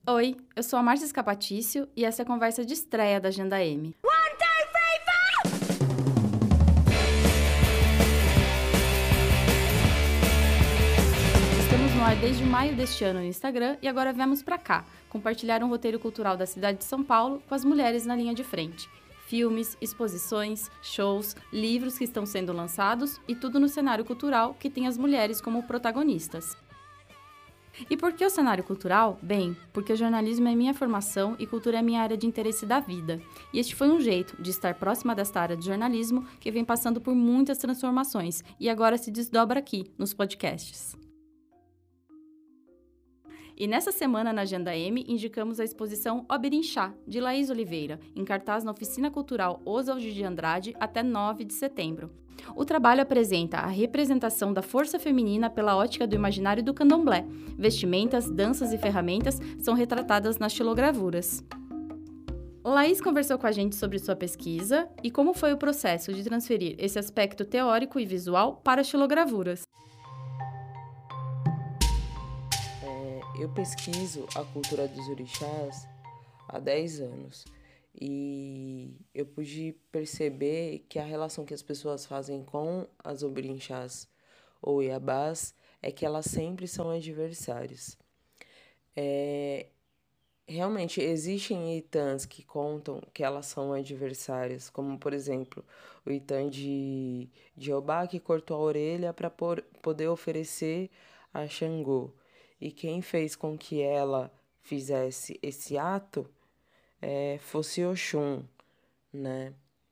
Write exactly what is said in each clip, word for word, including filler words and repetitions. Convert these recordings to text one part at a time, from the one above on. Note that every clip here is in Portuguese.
Oi, eu sou a Márcia Escapatício e essa é a conversa de estreia da Agenda M. One, two, three, four! Estamos no ar desde maio deste ano no Instagram e agora viemos pra cá, compartilhar um roteiro cultural da cidade de São Paulo com as mulheres na linha de frente. Filmes, exposições, shows, livros que estão sendo lançados e tudo no cenário cultural que tem as mulheres como protagonistas. E por que o cenário cultural? Bem, porque o jornalismo é minha formação e cultura é minha área de interesse da vida. E este foi um jeito de estar próxima desta área de jornalismo que vem passando por muitas transformações e agora se desdobra aqui, nos podcasts. E nessa semana na Agenda M, indicamos a exposição Obirinchá, de Laís Oliveira, em cartaz na Oficina Cultural Oswald de Andrade até nove de setembro. O trabalho apresenta a representação da força feminina pela ótica do imaginário do candomblé. Vestimentas, danças e ferramentas são retratadas nas xilogravuras. Laís conversou com a gente sobre sua pesquisa e como foi o processo de transferir esse aspecto teórico e visual para as xilogravuras. Eu pesquiso a cultura dos orixás há dez anos e eu pude perceber que a relação que as pessoas fazem com as orixás ou iabás é que elas sempre são adversários. É, realmente existem itãs que contam que elas são adversárias, como por exemplo o itã de, de Obá que cortou a orelha para poder oferecer a Xangô. E quem fez com que ela fizesse esse ato é, fosse Oxum, né?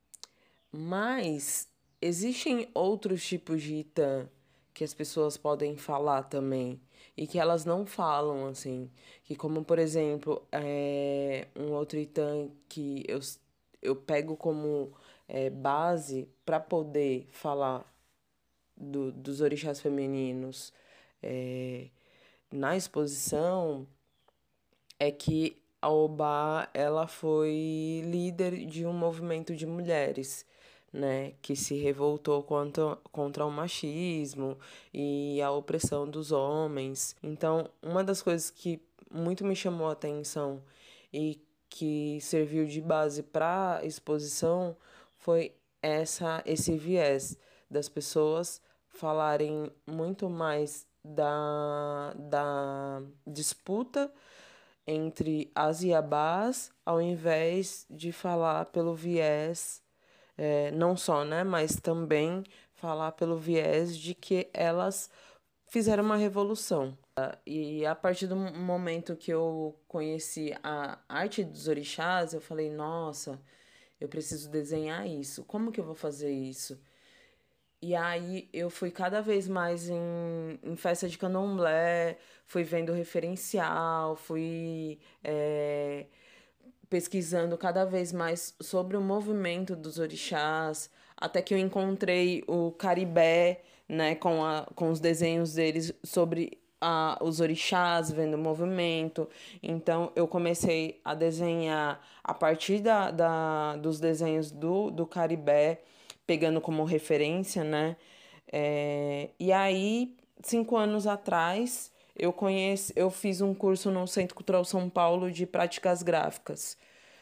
Mas existem outros tipos de itã que as pessoas podem falar também e que elas não falam, assim. Que como, por exemplo, é, um outro itã que eu, eu pego como é, base para poder falar do, dos orixás femininos, é, na exposição é que a Obá ela foi líder de um movimento de mulheres, né, que se revoltou contra, contra o machismo e a opressão dos homens. Então, uma das coisas que muito me chamou a atenção e que serviu de base para a exposição foi essa, esse viés das pessoas falarem muito mais da, da disputa entre as iabás, ao invés de falar pelo viés, é, não só, né, mas também falar pelo viés de que elas fizeram uma revolução. E a partir do momento que eu conheci a arte dos orixás, eu falei, nossa, eu preciso desenhar isso. Como que eu vou fazer isso? E aí eu fui cada vez mais em, em festa de candomblé, fui vendo referencial, fui é, pesquisando cada vez mais sobre o movimento dos orixás, até que eu encontrei o Caribé, né, com, a, com os desenhos deles sobre a, os orixás, vendo o movimento. Então eu comecei a desenhar a partir da, da, dos desenhos do, do Caribé, pegando como referência, né? É, e aí, cinco anos atrás, eu conheci, eu fiz um curso no Centro Cultural São Paulo de práticas gráficas.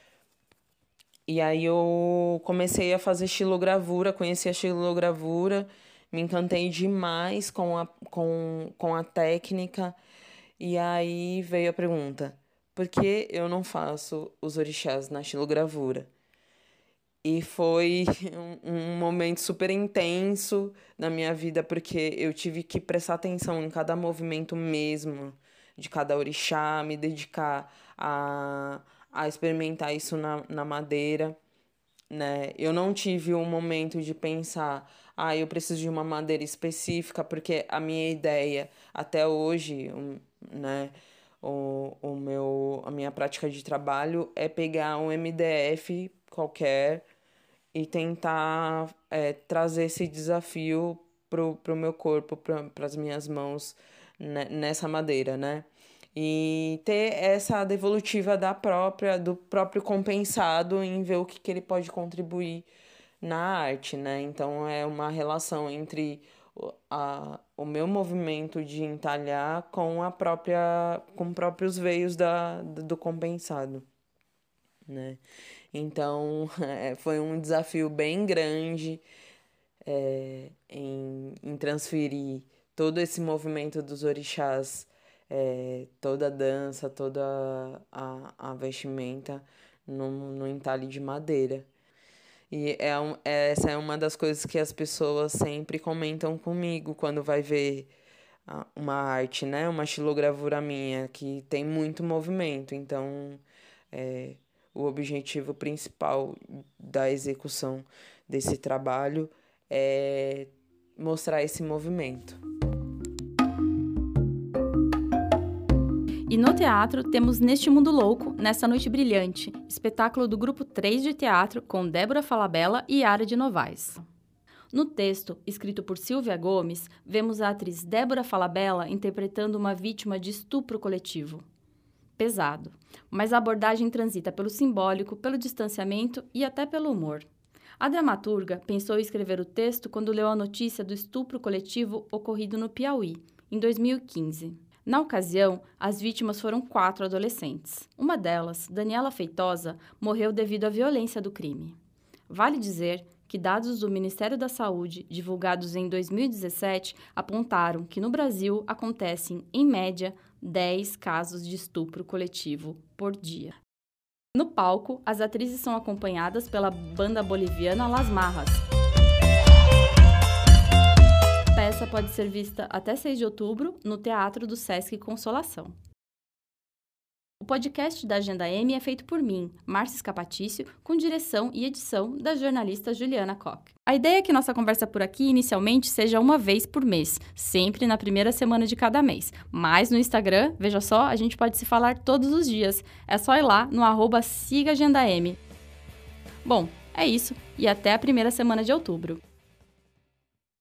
E aí eu comecei a fazer xilogravura, conheci a xilogravura, me encantei demais com a, com, com a técnica. E aí veio a pergunta, por que eu não faço os orixás na xilogravura? E foi um, um momento super intenso na minha vida, porque eu tive que prestar atenção em cada movimento mesmo, de cada orixá, me dedicar a, a experimentar isso na, na madeira, né? Eu não tive um momento de pensar, ah, eu preciso de uma madeira específica, porque a minha ideia até hoje, um, né, o, o meu, a minha prática de trabalho é pegar um M D F qualquer e tentar é, trazer esse desafio pro, pro meu corpo, para as minhas mãos, né, nessa madeira, né? E ter essa devolutiva da própria, do próprio compensado em ver o que, que ele pode contribuir na arte, né? Então é uma relação entre o, a, o meu movimento de entalhar com a própria, com próprios veios da, do compensado, né? Então, é, foi um desafio bem grande é, em, em transferir todo esse movimento dos orixás, é, toda a dança, toda a, a vestimenta no, no entalhe de madeira. E é um, essa é uma das coisas que as pessoas sempre comentam comigo quando vai ver uma arte, né? Uma xilogravura minha, que tem muito movimento. Então, é, o objetivo principal da execução desse trabalho é mostrar esse movimento. E no teatro, temos Neste Mundo Louco, Nessa Noite Brilhante, espetáculo do Grupo três de Teatro com Débora Falabella e Yara de Novaes. No texto, escrito por Silvia Gomes, vemos a atriz Débora Falabella interpretando uma vítima de estupro coletivo. Pesado, mas a abordagem transita pelo simbólico, pelo distanciamento e até pelo humor. A dramaturga pensou em escrever o texto quando leu a notícia do estupro coletivo ocorrido no Piauí, em dois mil e quinze. Na ocasião, as vítimas foram quatro adolescentes. Uma delas, Daniela Feitosa, morreu devido à violência do crime. Vale dizer que dados do Ministério da Saúde, divulgados em dois mil e dezessete, apontaram que no Brasil acontecem, em média, dez casos de estupro coletivo por dia. No palco, as atrizes são acompanhadas pela banda boliviana Las Marras. A peça pode ser vista até seis de outubro no Teatro do Sesc Consolação. O podcast da Agenda M é feito por mim, Márcia Scapatício, com direção e edição da jornalista Juliana Koch. A ideia é que nossa conversa por aqui inicialmente seja uma vez por mês, sempre na primeira semana de cada mês. Mas no Instagram, veja só, a gente pode se falar todos os dias. É só ir lá no arroba siga Agenda M. Bom, é isso e até a primeira semana de outubro.